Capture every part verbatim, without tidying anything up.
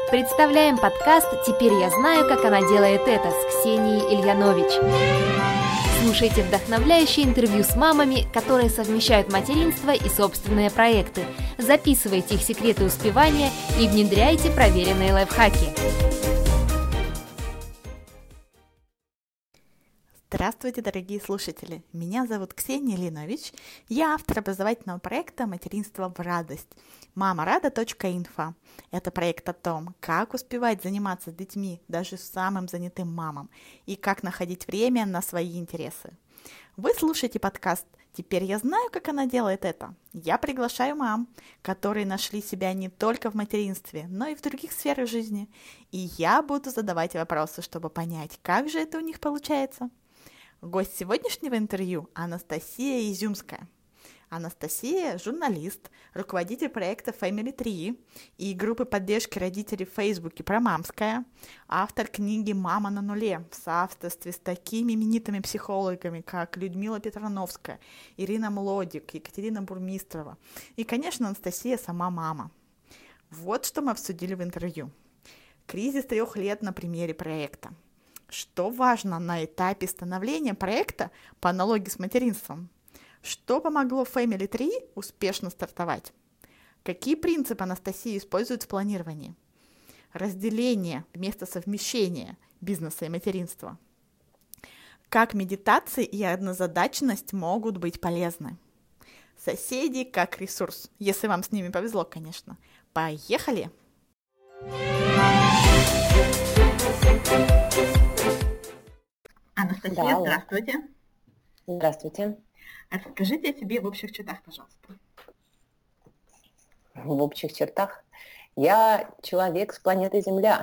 Представляем подкаст «Теперь я знаю, как она делает это» с Ксенией Ильянович. Слушайте вдохновляющие интервью с мамами, которые совмещают материнство и собственные проекты. Записывайте их секреты успевания и внедряйте проверенные лайфхаки. Здравствуйте, дорогие слушатели! Меня зовут Ксения Ильянович. Я автор образовательного проекта «Материнство в радость» мама рада точка инфо. Это проект о том, как успевать заниматься с детьми даже самым занятым мамам и как находить время на свои интересы. Вы слушаете подкаст «Теперь я знаю, как она делает это». Я приглашаю мам, которые нашли себя не только в материнстве, но и в других сферах жизни. И я буду задавать вопросы, чтобы понять, как же это у них получается. Гость сегодняшнего интервью – Анастасия Изюмская. Анастасия – журналист, руководитель проекта Family три и группы поддержки родителей в Фейсбуке «Промамская», автор книги «Мама на нуле» в соавторстве с такими именитыми психологами, как Людмила Петрановская, Ирина Млодик, Екатерина Бурмистрова и, конечно, Анастасия сама мама. Вот что мы обсудили в интервью. Кризис трех лет на примере проекта. Что важно на этапе становления проекта по аналогии с материнством? Что помогло Family три успешно стартовать? Какие принципы Анастасия использует в планировании? Разделение вместо совмещения бизнеса и материнства. Как медитация и однозадачность могут быть полезны? Соседи как ресурс, если вам с ними повезло, конечно. Поехали! Анастасия, да, здравствуйте. Здравствуйте. Расскажите о себе в общих чертах, пожалуйста. В общих чертах? Я человек с планеты Земля.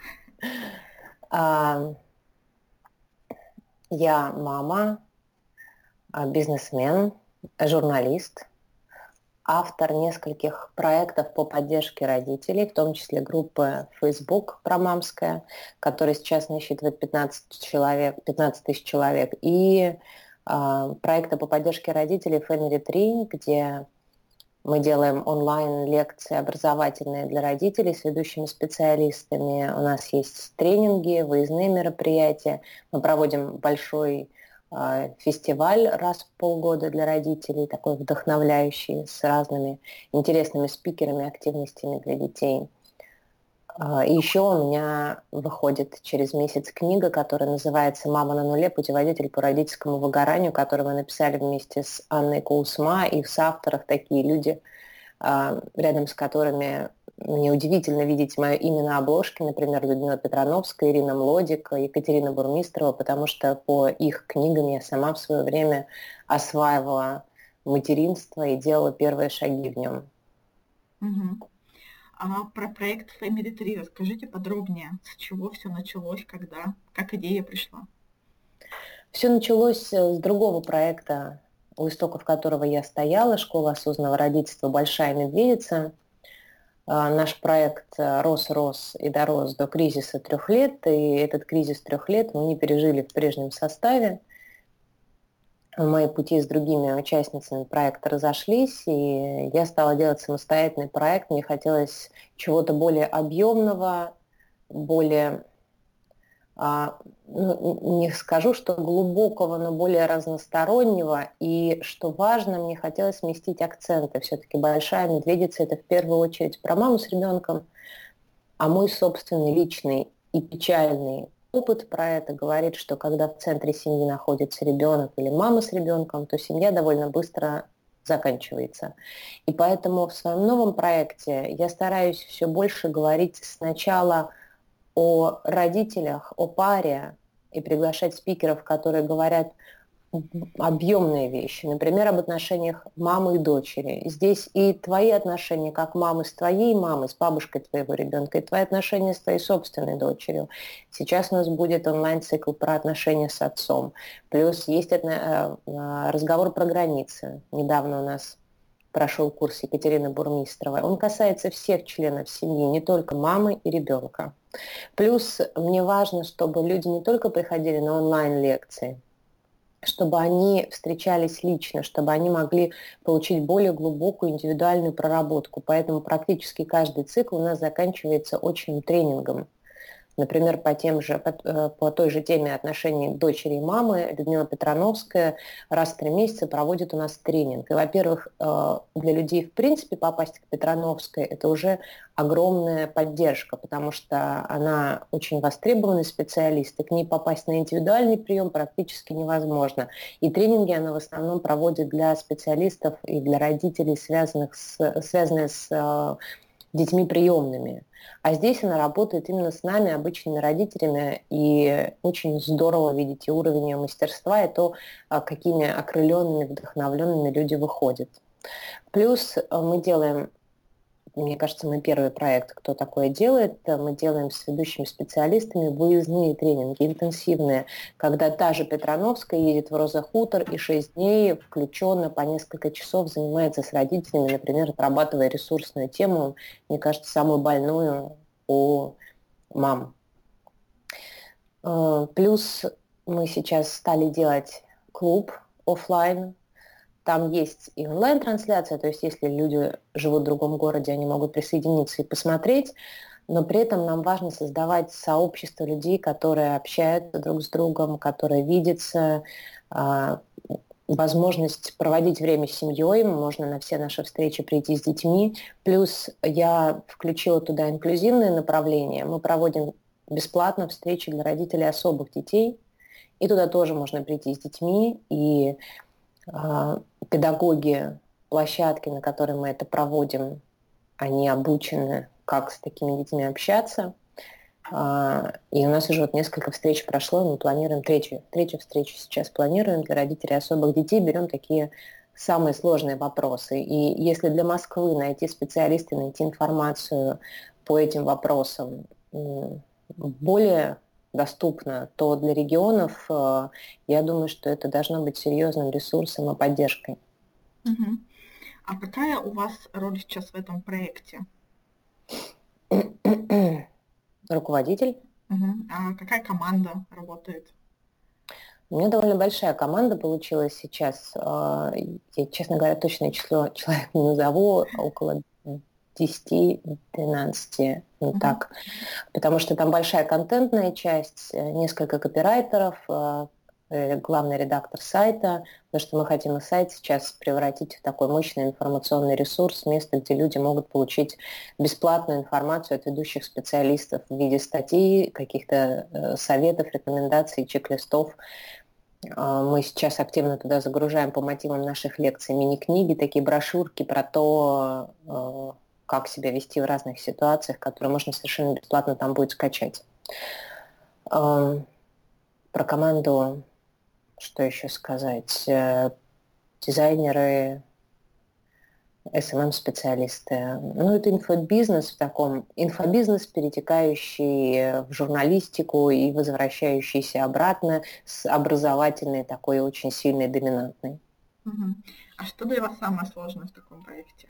Я мама, бизнесмен, журналист, автор нескольких проектов по поддержке родителей, в том числе группы Facebook «Промамская», которая сейчас насчитывает пятнадцать человек, пятнадцать тысяч человек, и э, проекта по поддержке родителей Family три, где мы делаем онлайн-лекции образовательные для родителей с ведущими специалистами. У нас есть тренинги, выездные мероприятия. Мы проводим большой фестиваль раз в полгода для родителей, такой вдохновляющий, с разными интересными спикерами, активностями для детей. И еще у меня выходит через месяц книга, которая называется «Мама на нуле. Путеводитель по родительскому выгоранию», которую мы написали вместе с Анной Каусма, и в соавторах такие люди, рядом с которыми мне удивительно видеть мое имя на обложке, например, Людмила Петрановская, Ирина Млодик, Екатерина Бурмистрова, потому что по их книгам я сама в свое время осваивала материнство и делала первые шаги в нем. Угу. А про проект Family три расскажите подробнее, с чего все началось, когда, как идея пришла? Все началось с другого проекта, у истоков которого я стояла, «Школа осознанного родительства. Большая медведица». Наш проект рос-рос и дорос до кризиса трех лет, и этот кризис трех лет мы не пережили в прежнем составе. Мои пути с другими участницами проекта разошлись, и я стала делать самостоятельный проект. Мне хотелось чего-то более объемного, более, ну, не скажу, что глубокого, но более разностороннего. И, что важно, мне хотелось сместить акценты. Все-таки «Большая медведица» — это в первую очередь про маму с ребенком, а мой собственный личный и печальный опыт про это говорит, что когда в центре семьи находится ребенок или мама с ребенком, то семья довольно быстро заканчивается. И поэтому в своем новом проекте я стараюсь все больше говорить сначала о родителях, о паре, и приглашать спикеров, которые говорят объемные вещи, например, об отношениях мамы и дочери. Здесь и твои отношения как мамы с твоей мамой, с бабушкой твоего ребенка, и твои отношения с твоей собственной дочерью. Сейчас у нас будет онлайн-цикл про отношения с отцом. Плюс есть разговор про границы. Недавно у нас прошел курс Екатерины Бурмистровой. Он касается всех членов семьи, не только мамы и ребенка. Плюс мне важно, чтобы люди не только приходили на онлайн-лекции, чтобы они встречались лично, чтобы они могли получить более глубокую индивидуальную проработку. Поэтому практически каждый цикл у нас заканчивается очным тренингом. Например, по, тем же, по, по той же теме отношений дочери и мамы Людмила Петрановская раз в три месяца проводит у нас тренинг. И, во-первых, для людей, в принципе, попасть к Петрановской – это уже огромная поддержка, потому что она очень востребованный специалист, и к ней попасть на индивидуальный прием практически невозможно. И тренинги она в основном проводит для специалистов и для родителей, связанных с, связанные с детьми приемными. А здесь она работает именно с нами, обычными родителями, и очень здорово видеть и уровень ее мастерства, и то, какими окрыленными, вдохновленными люди выходят. Плюс мы делаем, мне кажется, мы первый проект, кто такое делает, мы делаем с ведущими специалистами выездные тренинги, интенсивные, когда та же Петрановская едет в Роза-Хутор и шесть дней включенно по несколько часов занимается с родителями, например, отрабатывая ресурсную тему, мне кажется, самую больную у мам. Плюс мы сейчас стали делать клуб офлайн. Там есть и онлайн-трансляция, то есть если люди живут в другом городе, они могут присоединиться и посмотреть, но при этом нам важно создавать сообщество людей, которые общаются друг с другом, которые видятся, возможность проводить время с семьей, можно на все наши встречи прийти с детьми. Плюс я включила туда инклюзивное направление. Мы проводим бесплатно встречи для родителей особых детей, и туда тоже можно прийти с детьми, и педагоги, площадки, на которые мы это проводим, они обучены, как с такими детьми общаться. И у нас уже вот несколько встреч прошло, мы планируем третью, третью встречу сейчас планируем для родителей особых детей, берем такие самые сложные вопросы. И если для Москвы найти специалиста, найти информацию по этим вопросам более доступно, то для регионов, я думаю, что это должно быть серьезным ресурсом и поддержкой. Угу. А какая у вас роль сейчас в этом проекте? Руководитель. Угу. А какая команда работает? У меня довольно большая команда получилась сейчас. Я, честно говоря, точное число человек не назову, около десять-двенадцать, ну uh-huh. так. Потому что там большая контентная часть, несколько копирайтеров, главный редактор сайта, потому что мы хотим и сайт сейчас превратить в такой мощный информационный ресурс, место, где люди могут получить бесплатную информацию от ведущих специалистов в виде статей, каких-то советов, рекомендаций, чек-листов. Мы сейчас активно туда загружаем по мотивам наших лекций мини-книги, такие брошюрки про то, как себя вести в разных ситуациях, которые можно совершенно бесплатно там будет скачать. Про команду, что еще сказать, дизайнеры, эс эм эм-специалисты. Ну, это инфобизнес в таком, инфобизнес, перетекающий в журналистику и возвращающийся обратно с образовательной такой очень сильной, доминантной. Угу. А что для вас самое сложное в таком проекте?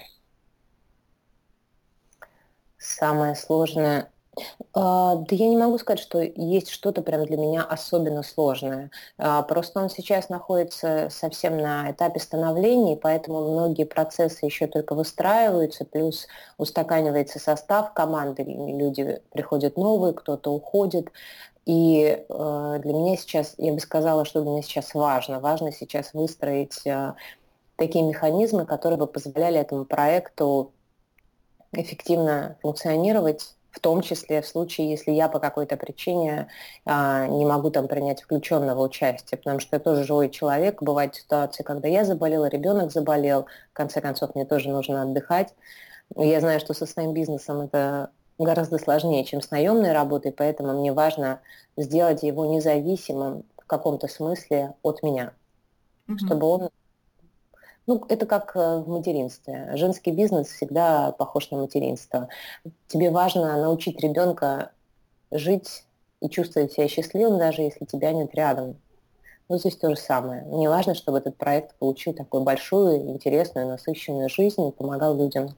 Самое сложное... Да я не могу сказать, что есть что-то прям для меня особенно сложное. Просто он сейчас находится совсем на этапе становления, поэтому многие процессы еще только выстраиваются, плюс устаканивается состав команды, люди приходят новые, кто-то уходит. И для меня сейчас, я бы сказала, что для меня сейчас важно. Важно сейчас выстроить такие механизмы, которые бы позволяли этому проекту эффективно функционировать, в том числе в случае, если я по какой-то причине а, не могу там принять включенного участия, потому что я тоже живой человек, бывают ситуации, когда я заболела, ребенок заболел, в конце концов мне тоже нужно отдыхать. Я знаю, что со своим бизнесом это гораздо сложнее, чем с наемной работой, поэтому мне важно сделать его независимым в каком-то смысле от меня, mm-hmm. чтобы он... Ну, это как в материнстве. Женский бизнес всегда похож на материнство. Тебе важно научить ребенка жить и чувствовать себя счастливым, даже если тебя нет рядом. Ну, здесь то же самое. Мне важно, чтобы этот проект получил такую большую, интересную, насыщенную жизнь и помогал людям.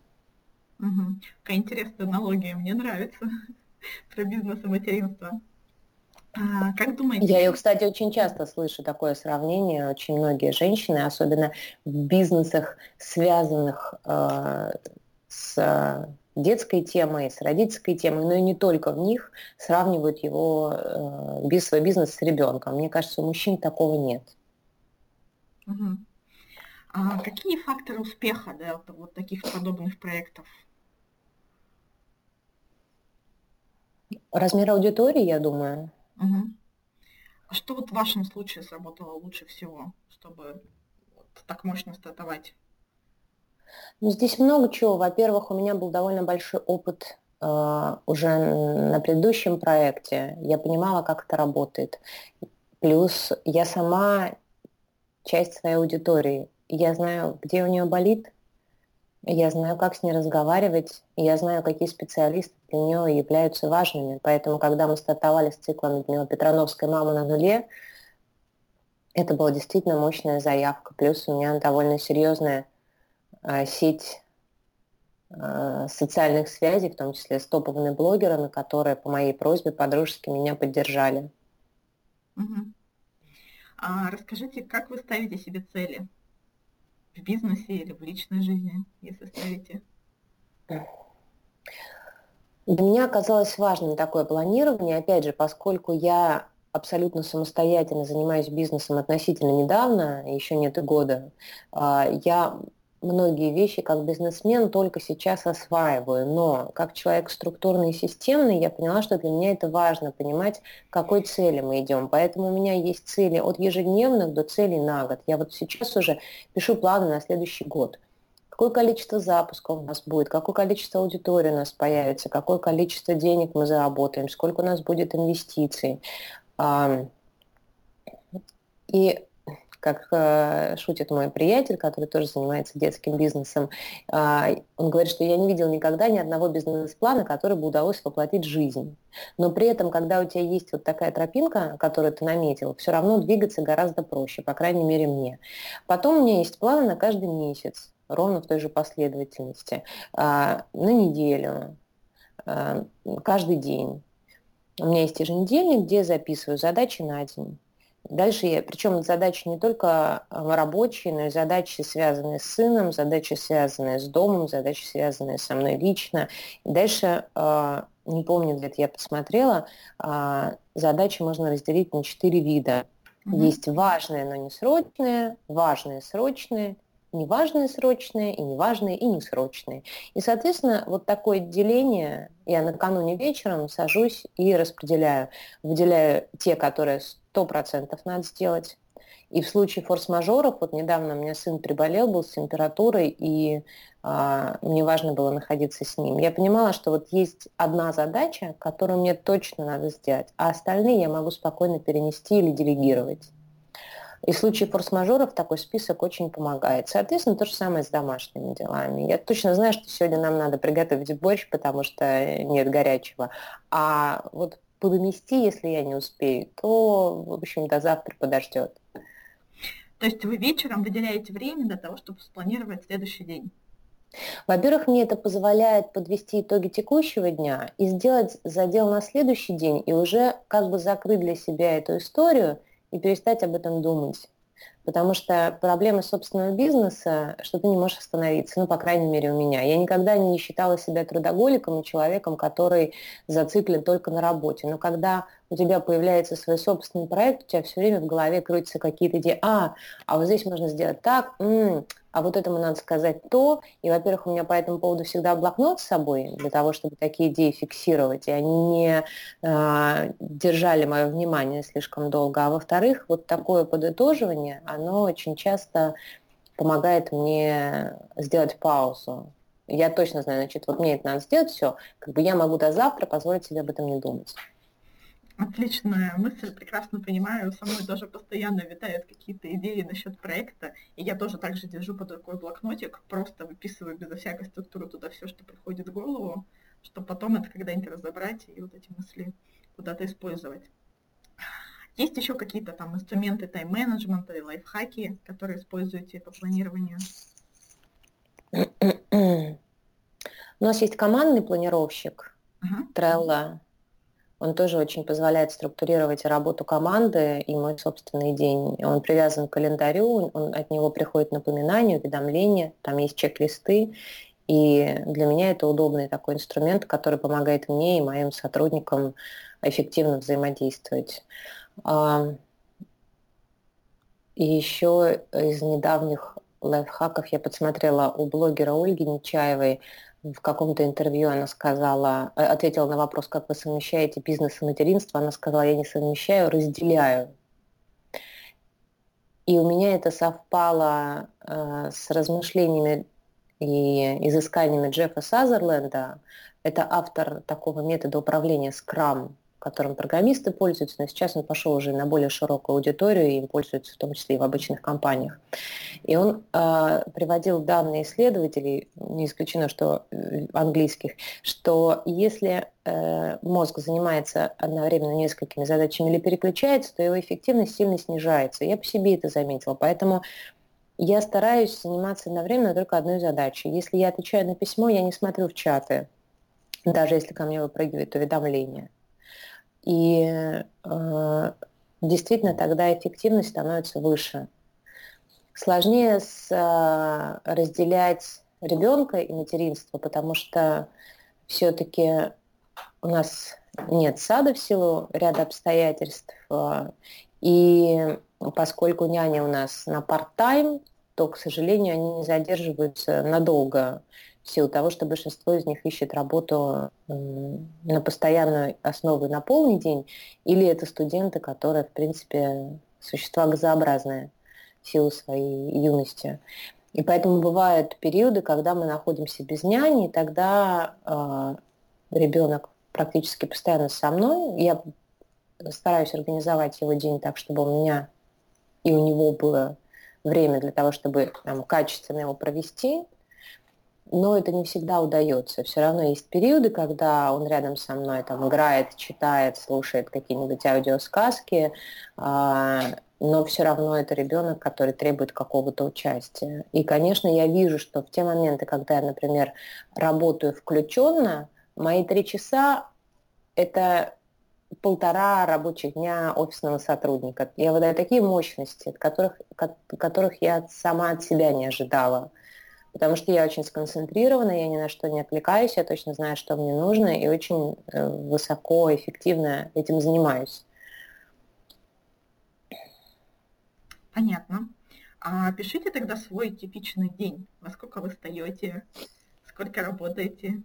Угу. Какая интересная аналогия, мне нравится, про бизнес и материнство. А, как думаете? Я ее, кстати, очень часто слышу такое сравнение. Очень многие женщины, особенно в бизнесах, связанных э, с детской темой, с родительской темой, но и не только в них, сравнивают его, э, свой бизнес с ребенком. Мне кажется, у мужчин такого нет. Угу. А какие факторы успеха, да, вот таких подобных проектов? Размер аудитории, я думаю. Угу. А что вот в вашем случае сработало лучше всего, чтобы вот так мощно стартовать? Ну, здесь много чего. Во-первых, у меня был довольно большой опыт э, уже на предыдущем проекте. Я понимала, как это работает. Плюс я сама часть своей аудитории. Я знаю, где у нее болит, я знаю, как с ней разговаривать, и я знаю, какие специалисты для нее являются важными. Поэтому, когда мы стартовали с циклом Людмилы Петрановской «Мама на нуле», это была действительно мощная заявка. Плюс у меня довольно серьезная э, сеть э, социальных связей, в том числе с топовыми блогерами, которые по моей просьбе подружески меня поддержали. Угу. А расскажите, как вы ставите себе цели? В бизнесе или в личной жизни, если ставите? Для меня оказалось важным такое планирование. Опять же, поскольку я абсолютно самостоятельно занимаюсь бизнесом относительно недавно, еще нет и года, я многие вещи как бизнесмен только сейчас осваиваю. Но как человек структурный и системный, я поняла, что для меня это важно, понимать, к какой цели мы идем. Поэтому у меня есть цели от ежедневных до целей на год. Я вот сейчас уже пишу планы на следующий год. Какое количество запусков у нас будет, какое количество аудитории у нас появится, какое количество денег мы заработаем, сколько у нас будет инвестиций. И как э, шутит мой приятель, который тоже занимается детским бизнесом, э, он говорит, что я не видел никогда ни одного бизнес-плана, который бы удалось воплотить в жизнь. Но при этом, когда у тебя есть вот такая тропинка, которую ты наметил, все равно двигаться гораздо проще, по крайней мере мне. Потом у меня есть планы на каждый месяц, ровно в той же последовательности, э, на неделю, э, каждый день. У меня есть еженедельник, где я записываю задачи на день. Дальше я, причем задачи не только рабочие, но и задачи, связанные с сыном, задачи, связанные с домом, задачи, связанные со мной лично. И дальше, не помню, где-то я посмотрела, задачи можно разделить на четыре вида. Mm-hmm. Есть важные, но не срочные, важные, срочные, неважные, срочные, и неважные, и несрочные. И, соответственно, вот такое деление я накануне вечером сажусь и распределяю. Выделяю те, которые сто процентов надо сделать. И в случае форс-мажоров, вот недавно у меня сын приболел, был с температурой, и а, мне важно было находиться с ним. Я понимала, что вот есть одна задача, которую мне точно надо сделать, а остальные я могу спокойно перенести или делегировать. И в случае форс-мажоров такой список очень помогает. Соответственно, то же самое с домашними делами. Я точно знаю, что сегодня нам надо приготовить борщ, потому что нет горячего. А вот подмести, если я не успею, то, в общем, до завтра подождет. То есть вы вечером выделяете время для того, чтобы спланировать следующий день? Во-первых, мне это позволяет подвести итоги текущего дня и сделать задел на следующий день, и уже как бы закрыть для себя эту историю и перестать об этом думать. Потому что проблема собственного бизнеса, что ты не можешь остановиться, ну, по крайней мере, у меня. Я никогда не считала себя трудоголиком и человеком, который зациклен только на работе. Но когда у тебя появляется свой собственный проект, у тебя все время в голове крутятся какие-то идеи. А, а вот здесь можно сделать так, м-м, а вот этому надо сказать то. И, во-первых, у меня по этому поводу всегда блокнот с собой, для того, чтобы такие идеи фиксировать, и они не э, держали мое внимание слишком долго. А во-вторых, вот такое подытоживание, оно очень часто помогает мне сделать паузу. Я точно знаю, значит, вот мне это надо сделать, все, как бы я могу до завтра позволить себе об этом не думать. Отличная мысль, прекрасно понимаю. Со мной тоже постоянно витают какие-то идеи насчет проекта. И я тоже также держу под рукой блокнотик, просто выписываю безо всякой структуры туда все, что приходит в голову, чтобы потом это когда-нибудь разобрать и вот эти мысли куда-то использовать. Есть еще какие-то там инструменты тайм-менеджмента и лайфхаки, которые используете по планированию? У нас есть командный планировщик, uh-huh. Trello. Он тоже очень позволяет структурировать работу команды и мой собственный день. Он привязан к календарю, он, от него приходит напоминание, уведомления, там есть чек-листы. И для меня это удобный такой инструмент, который помогает мне и моим сотрудникам эффективно взаимодействовать. И еще из недавних лайфхаков я подсмотрела у блогера Ольги Нечаевой. В каком-то интервью она сказала, ответила на вопрос, как вы совмещаете бизнес и материнство. Она сказала, я не совмещаю, разделяю. И у меня это совпало э, с размышлениями и изысканиями Джеффа Сазерленда. Это автор такого метода управления Scrum, которым программисты пользуются, но сейчас он пошел уже на более широкую аудиторию, и им пользуются в том числе и в обычных компаниях. И он э, приводил данные исследователей, не исключено, что э, английских, что если э, мозг занимается одновременно несколькими задачами или переключается, то его эффективность сильно снижается. Я по себе это заметила, поэтому я стараюсь заниматься одновременно только одной задачей. Если я отвечаю на письмо, я не смотрю в чаты, даже если ко мне выпрыгивает уведомление. И э, действительно тогда эффективность становится выше. Сложнее с, э, разделять ребенка и материнство, потому что все-таки у нас нет сада в силу ряда обстоятельств. Э, и поскольку няни у нас на парт-тайм, то, к сожалению, они не задерживаются надолго, в силу того, что большинство из них ищет работу на постоянную основу на полный день, или это студенты, которые, в принципе, существа газообразные в силу своей юности. И поэтому бывают периоды, когда мы находимся без няни, и тогда э, ребенок практически постоянно со мной. Я стараюсь организовать его день так, чтобы у меня и у него было время для того, чтобы там, качественно его провести. Но это не всегда удается. Все равно есть периоды, когда он рядом со мной там, играет, читает, слушает какие-нибудь аудиосказки, но все равно это ребенок, который требует какого-то участия. И, конечно, я вижу, что в те моменты, когда я, например, работаю включенно, мои три часа – это полтора рабочих дня офисного сотрудника. Я выдаю такие мощности, от которых, от которых я сама от себя не ожидала. Потому что я очень сконцентрирована, я ни на что не отвлекаюсь, я точно знаю, что мне нужно, и очень высоко, эффективно этим занимаюсь. Понятно. А пишите тогда свой типичный день. Во сколько вы встаете? Сколько работаете?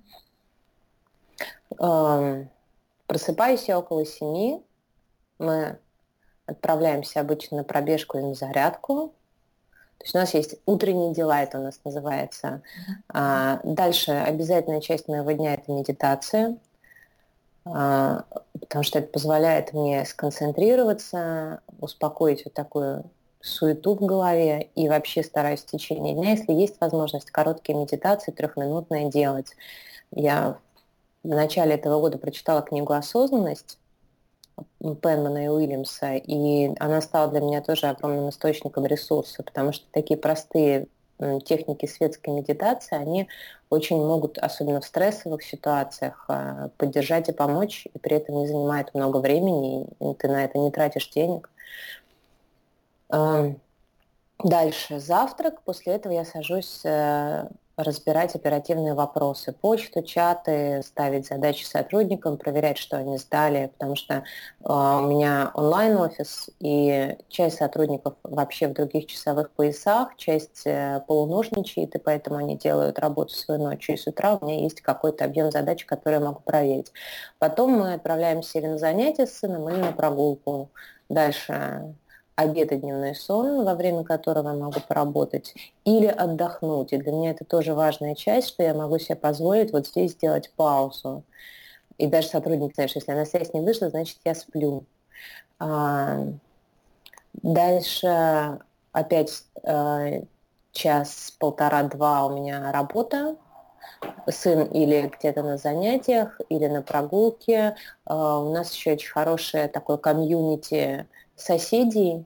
Эм, просыпаюсь я около семи. Мы отправляемся обычно на пробежку или на зарядку. То есть у нас есть утренние дела, это у нас называется. А, дальше обязательная часть моего дня – это медитация, а, потому что это позволяет мне сконцентрироваться, успокоить вот такую суету в голове, и вообще стараюсь в течение дня, если есть возможность, короткие медитации, трехминутные делать. Я в начале этого года прочитала книгу «Осознанность» Пенмана и Уильямса, и она стала для меня тоже огромным источником ресурса, потому что такие простые техники светской медитации, они очень могут, особенно в стрессовых ситуациях, поддержать и помочь, и при этом не занимает много времени, и ты на это не тратишь денег. Дальше завтрак, после этого я сажусь разбирать оперативные вопросы, почту, чаты, ставить задачи сотрудникам, проверять, что они сдали, потому что э, у меня онлайн-офис, и часть сотрудников вообще в других часовых поясах, часть э, полуношничает, и поэтому они делают работу свою ночью, и с утра у меня есть какой-то объем задач, которые я могу проверить. Потом мы отправляемся или на занятия с сыном, или на прогулку. Дальше обед и дневной сон, во время которого я могу поработать, или отдохнуть. И для меня это тоже важная часть, что я могу себе позволить вот здесь сделать паузу. И даже сотрудник, знаешь, если она связь не вышла, значит, я сплю. А, дальше опять а, час, полтора-два у меня работа. Сын или где-то на занятиях, или на прогулке. А, у нас еще очень хорошее такое комьюнити соседей,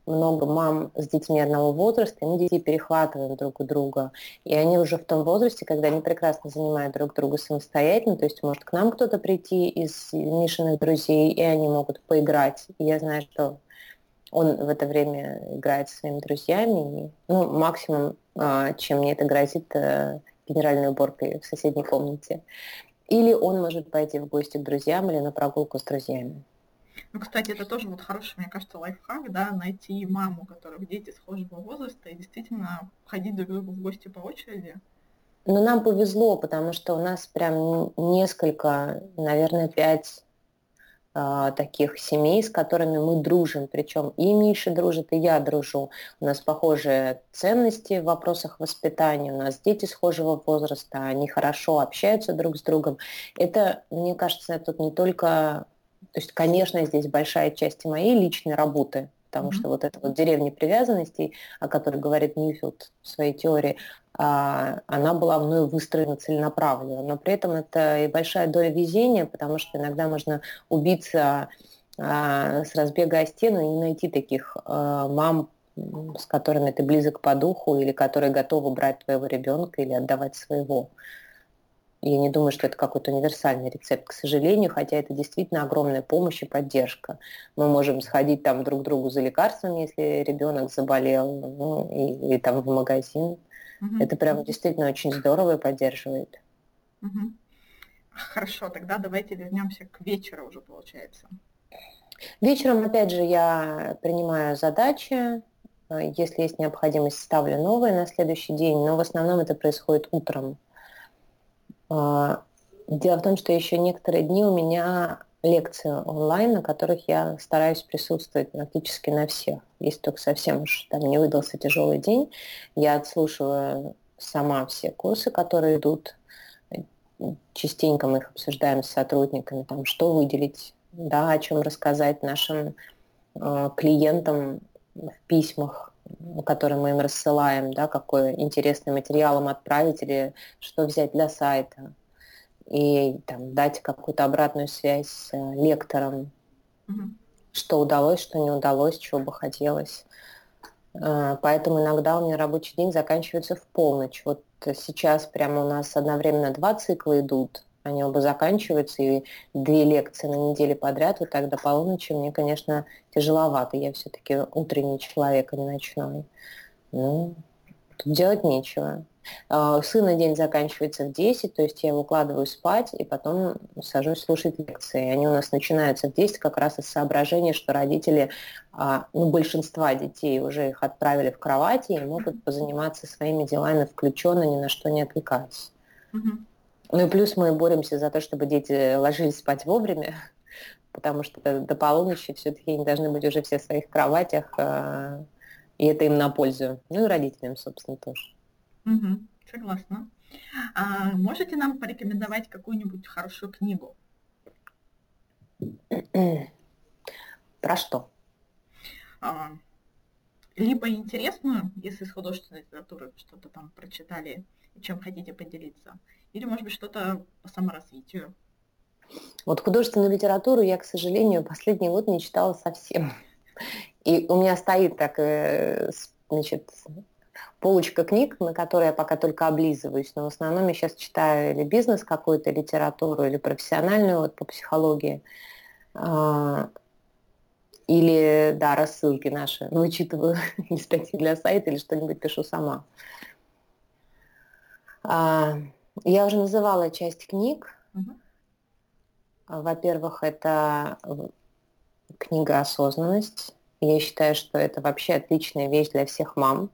много мам с детьми одного возраста, и мы детей перехватываем друг у друга. И они уже в том возрасте, когда они прекрасно занимают друг друга самостоятельно, то есть может к нам кто-то прийти из Мишиных друзей, и они могут поиграть. И я знаю, что он в это время играет со своими друзьями. И, ну, максимум, чем мне это грозит, генеральной уборкой в соседней комнате. Или он может пойти в гости к друзьям или на прогулку с друзьями. Ну, кстати, это тоже вот хороший, мне кажется, лайфхак, да, найти маму, у которых дети схожего возраста, и действительно ходить друг к другу в гости по очереди. Ну, нам повезло, потому что у нас прям несколько, наверное, пять э, таких семей, с которыми мы дружим. Причем и Миша дружит, и я дружу. У нас похожие ценности в вопросах воспитания, у нас дети схожего возраста, они хорошо общаются друг с другом. Это, мне кажется, тут не только... То есть, конечно, здесь большая часть моей личной работы, потому mm-hmm. что вот эта вот деревня привязанностей, о которой говорит Ньюфилд в своей теории, она была мною выстроена целенаправленно. Но при этом это и большая доля везения, потому что иногда можно убиться с разбега о стену и не найти таких мам, с которыми ты близок по духу, или которые готовы брать твоего ребенка или отдавать своего. Я не думаю, что это какой-то универсальный рецепт, к сожалению, хотя это действительно огромная помощь и поддержка. Мы можем сходить там друг к другу за лекарствами, если ребенок заболел, ну, и, и там в магазин. Угу. Это прям действительно очень здорово и поддерживает. Угу. Хорошо, тогда давайте вернемся к вечеру уже, получается. Вечером, опять же, я принимаю задачи. Если есть необходимость, ставлю новые на следующий день, но в основном это происходит утром. Дело в том, что еще некоторые дни у меня лекции онлайн, на которых я стараюсь присутствовать практически на всех. Если только совсем уж там не выдался тяжелый день, я отслушиваю сама все курсы, которые идут. Частенько мы их обсуждаем с сотрудниками, там, что выделить, да, о чем рассказать нашим э, клиентам в письмах, которые мы им рассылаем, да, какой интересный материал им отправить или что взять для сайта. И там, дать какую-то обратную связь с лектором, mm-hmm. что удалось, что не удалось, чего бы хотелось. Поэтому иногда у меня рабочий день заканчивается в полночь. Вот сейчас прямо у нас одновременно два цикла идут, они оба заканчиваются, и две лекции на неделе подряд, вот так до полуночи мне, конечно, тяжеловато. Я все-таки утренний человек, а не ночной. Ну, тут делать нечего. У сына день заканчивается в десять, то есть я его укладываю спать, и потом сажусь слушать лекции. Они у нас начинаются в десять как раз из соображения, что родители, ну, большинства детей уже их отправили в кровати и могут позаниматься своими делами включенно, ни на что не отвлекаясь. Mm-hmm. Ну и плюс мы боремся за то, чтобы дети ложились спать вовремя, потому что до полуночи все-таки они должны быть уже все в своих кроватях, и это им на пользу. Ну и родителям, собственно, тоже. Угу, согласна. А можете нам порекомендовать какую-нибудь хорошую книгу? Про что? А, либо интересную, если с художественной литературы что-то там прочитали, чем хотите поделиться, или, может быть, что-то по саморазвитию. Вот художественную литературу я, к сожалению, последний год не читала совсем. И у меня стоит так, значит, полочка книг, на которые я пока только облизываюсь, но в основном я сейчас читаю или бизнес какую-то литературу, или профессиональную вот, по психологии, или, да, рассылки наши, вычитываю или статьи для сайта, или что-нибудь пишу сама. Я уже называла часть книг. Угу. Во-первых, это книга «Осознанность». Я считаю, что это вообще отличная вещь для всех мам,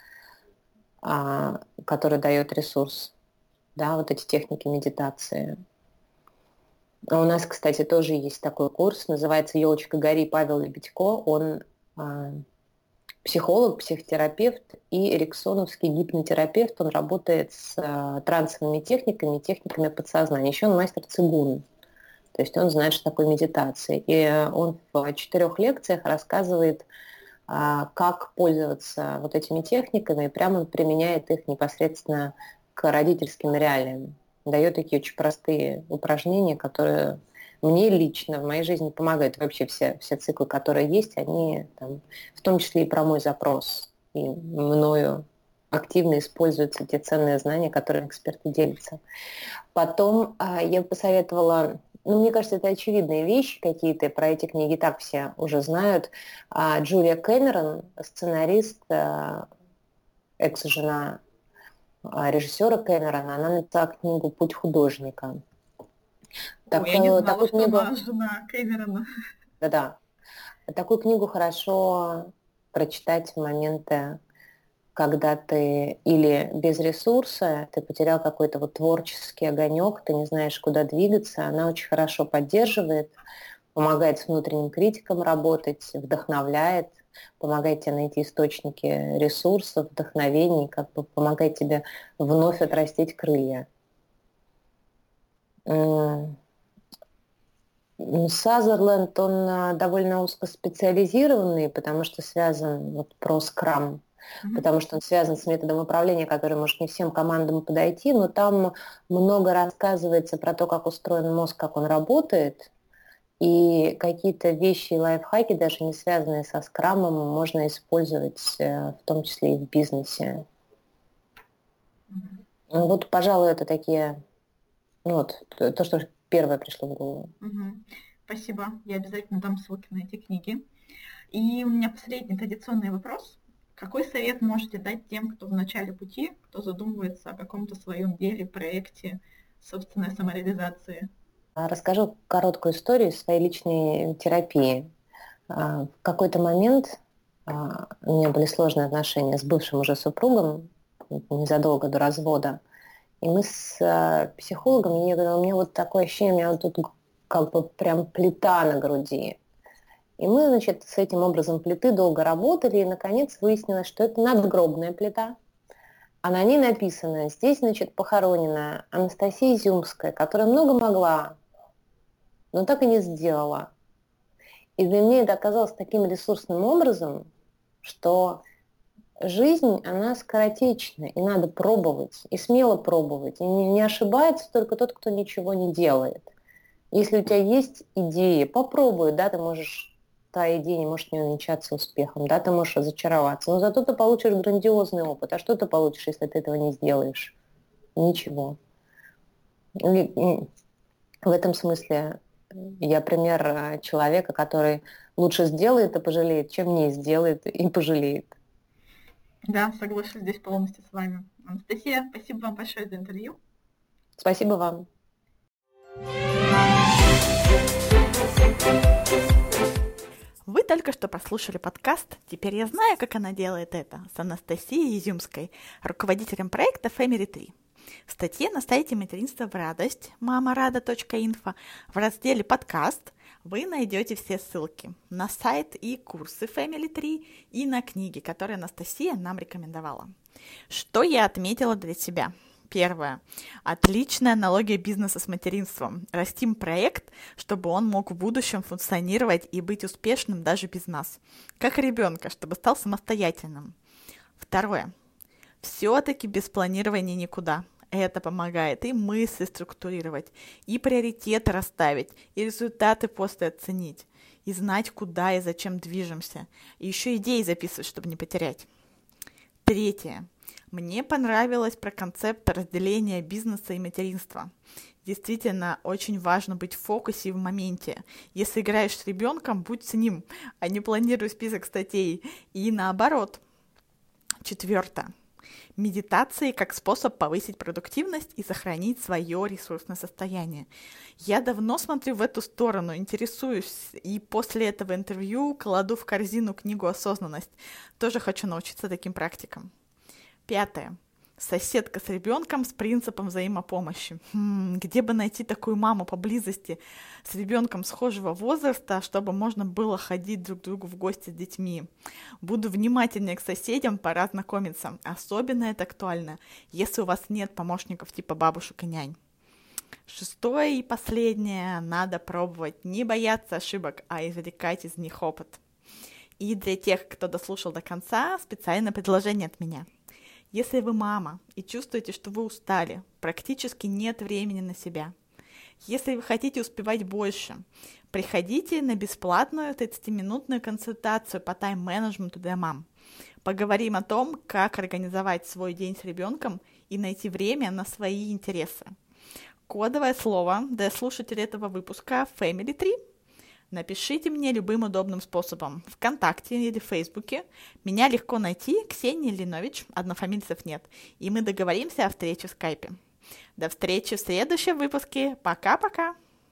который дает ресурс, да, вот эти техники медитации. У нас, кстати, тоже есть такой курс, называется «Елочка гори», Павел Лебедько. Он а, психолог, психотерапевт и эриксоновский гипнотерапевт. Он работает с а, трансовыми техниками, техниками подсознания. Еще он мастер цигун. То есть он знает, что такое медитация. И он в четырех лекциях рассказывает, как пользоваться вот этими техниками, и прямо он применяет их непосредственно к родительским реалиям. Дает такие очень простые упражнения, которые мне лично, в моей жизни помогают. Вообще все, все циклы, которые есть, они там, в том числе и про мой запрос. И мною активно используются те ценные знания, которыми эксперты делятся. Потом а, я посоветовала, ну, мне кажется, это очевидные вещи какие-то, про эти книги так все уже знают. А, Джулия Кэмерон, сценарист, а, экс-жена а, режиссера Кэмерона, она написала книгу «Путь художника». Так, Ой, я не знала, такую что книгу... она жена Кэмерона. Да-да. Такую книгу хорошо прочитать в моменты, когда ты или без ресурса, ты потерял какой-то вот творческий огонек, ты не знаешь, куда двигаться. Она очень хорошо поддерживает, помогает с внутренним критиком работать, вдохновляет, помогает тебе найти источники ресурсов, вдохновений, как бы помогает тебе вновь отрастить крылья. Сазерленд, он довольно узкоспециализированный, потому что связан вот про скрам, mm-hmm. потому что он связан с методом управления, который может не всем командам подойти, но там много рассказывается про то, как устроен мозг, как он работает, и какие-то вещи и лайфхаки, даже не связанные со скрамом, можно использовать в том числе и в бизнесе. Mm-hmm. Вот, пожалуй, это такие, ну вот, то, что первое пришло в голову. Угу. Спасибо. Я обязательно дам ссылки на эти книги. И у меня последний традиционный вопрос. Какой совет можете дать тем, кто в начале пути, кто задумывается о каком-то своем деле, проекте, собственной самореализации? Расскажу короткую историю своей личной терапии. В какой-то момент у меня были сложные отношения с бывшим уже супругом, незадолго до развода. И мы с э, психологом, я говорю, у меня вот такое ощущение, у меня вот тут как бы прям плита на груди. И мы, значит, с этим образом плиты долго работали, и, наконец, выяснилось, что это надгробная плита. А на ней написано, здесь, значит, похоронена Анастасия Изюмская, которая много могла, но так и не сделала. И для меня это оказалось таким ресурсным образом, что... Жизнь, она скоротечна, и надо пробовать, и смело пробовать. И не, не ошибается только тот, кто ничего не делает. Если у тебя есть идея, попробуй, да, ты можешь, та идея не может не увенчаться успехом, да, ты можешь разочароваться, но зато ты получишь грандиозный опыт. А что ты получишь, если ты этого не сделаешь? Ничего. И, и в этом смысле я пример человека, который лучше сделает и пожалеет, чем не сделает и пожалеет. Да, соглашусь здесь полностью с вами. Анастасия, спасибо вам большое за интервью. Спасибо вам. Вы только что послушали подкаст «Теперь я знаю, как она делает это» с Анастасией Изюмской, руководителем проекта Family Tree. В статье на сайте «Материнство в радость» мама рада точка инфо в разделе «Подкаст» вы найдете все ссылки на сайт и курсы Family Tree и на книги, которые Анастасия нам рекомендовала. Что я отметила для себя? Первое. Отличная аналогия бизнеса с материнством. Растим проект, чтобы он мог в будущем функционировать и быть успешным даже без нас. Как ребенка, чтобы стал самостоятельным. Второе. Все-таки без планирования никуда. Это помогает и мысли структурировать, и приоритеты расставить, и результаты после оценить, и знать, куда и зачем движемся, и еще идеи записывать, чтобы не потерять. Третье. Мне понравилось про концепт разделения бизнеса и материнства. Действительно, очень важно быть в фокусе и в моменте. Если играешь с ребенком, будь с ним, а не планируй список статей. И наоборот. Четвертое. Медитации как способ повысить продуктивность и сохранить свое ресурсное состояние. Я давно смотрю в эту сторону, интересуюсь, и после этого интервью кладу в корзину книгу «Осознанность». Тоже хочу научиться таким практикам. Пятое. Соседка с ребенком с принципом взаимопомощи. Хм, где бы найти такую маму поблизости с ребенком схожего возраста, чтобы можно было ходить друг к другу в гости с детьми? Буду внимательнее к соседям, пора знакомиться. Особенно это актуально, если у вас нет помощников типа бабушек и нянь. Шестое и последнее. Надо пробовать, не бояться ошибок, а извлекать из них опыт. И для тех, кто дослушал до конца, специальное предложение от меня. Если вы мама и чувствуете, что вы устали, практически нет времени на себя, Если вы хотите успевать больше, приходите на бесплатную тридцатиминутную консультацию по тайм-менеджменту для мам. Поговорим о том, как организовать свой день с ребенком и найти время на свои интересы. Кодовое слово для слушателей этого выпуска Family три. Напишите мне любым удобным способом. ВКонтакте или в Фейсбуке. Меня легко найти, Ксения Линович, однофамильцев нет. И мы договоримся о встрече в скайпе. До встречи в следующем выпуске. Пока-пока!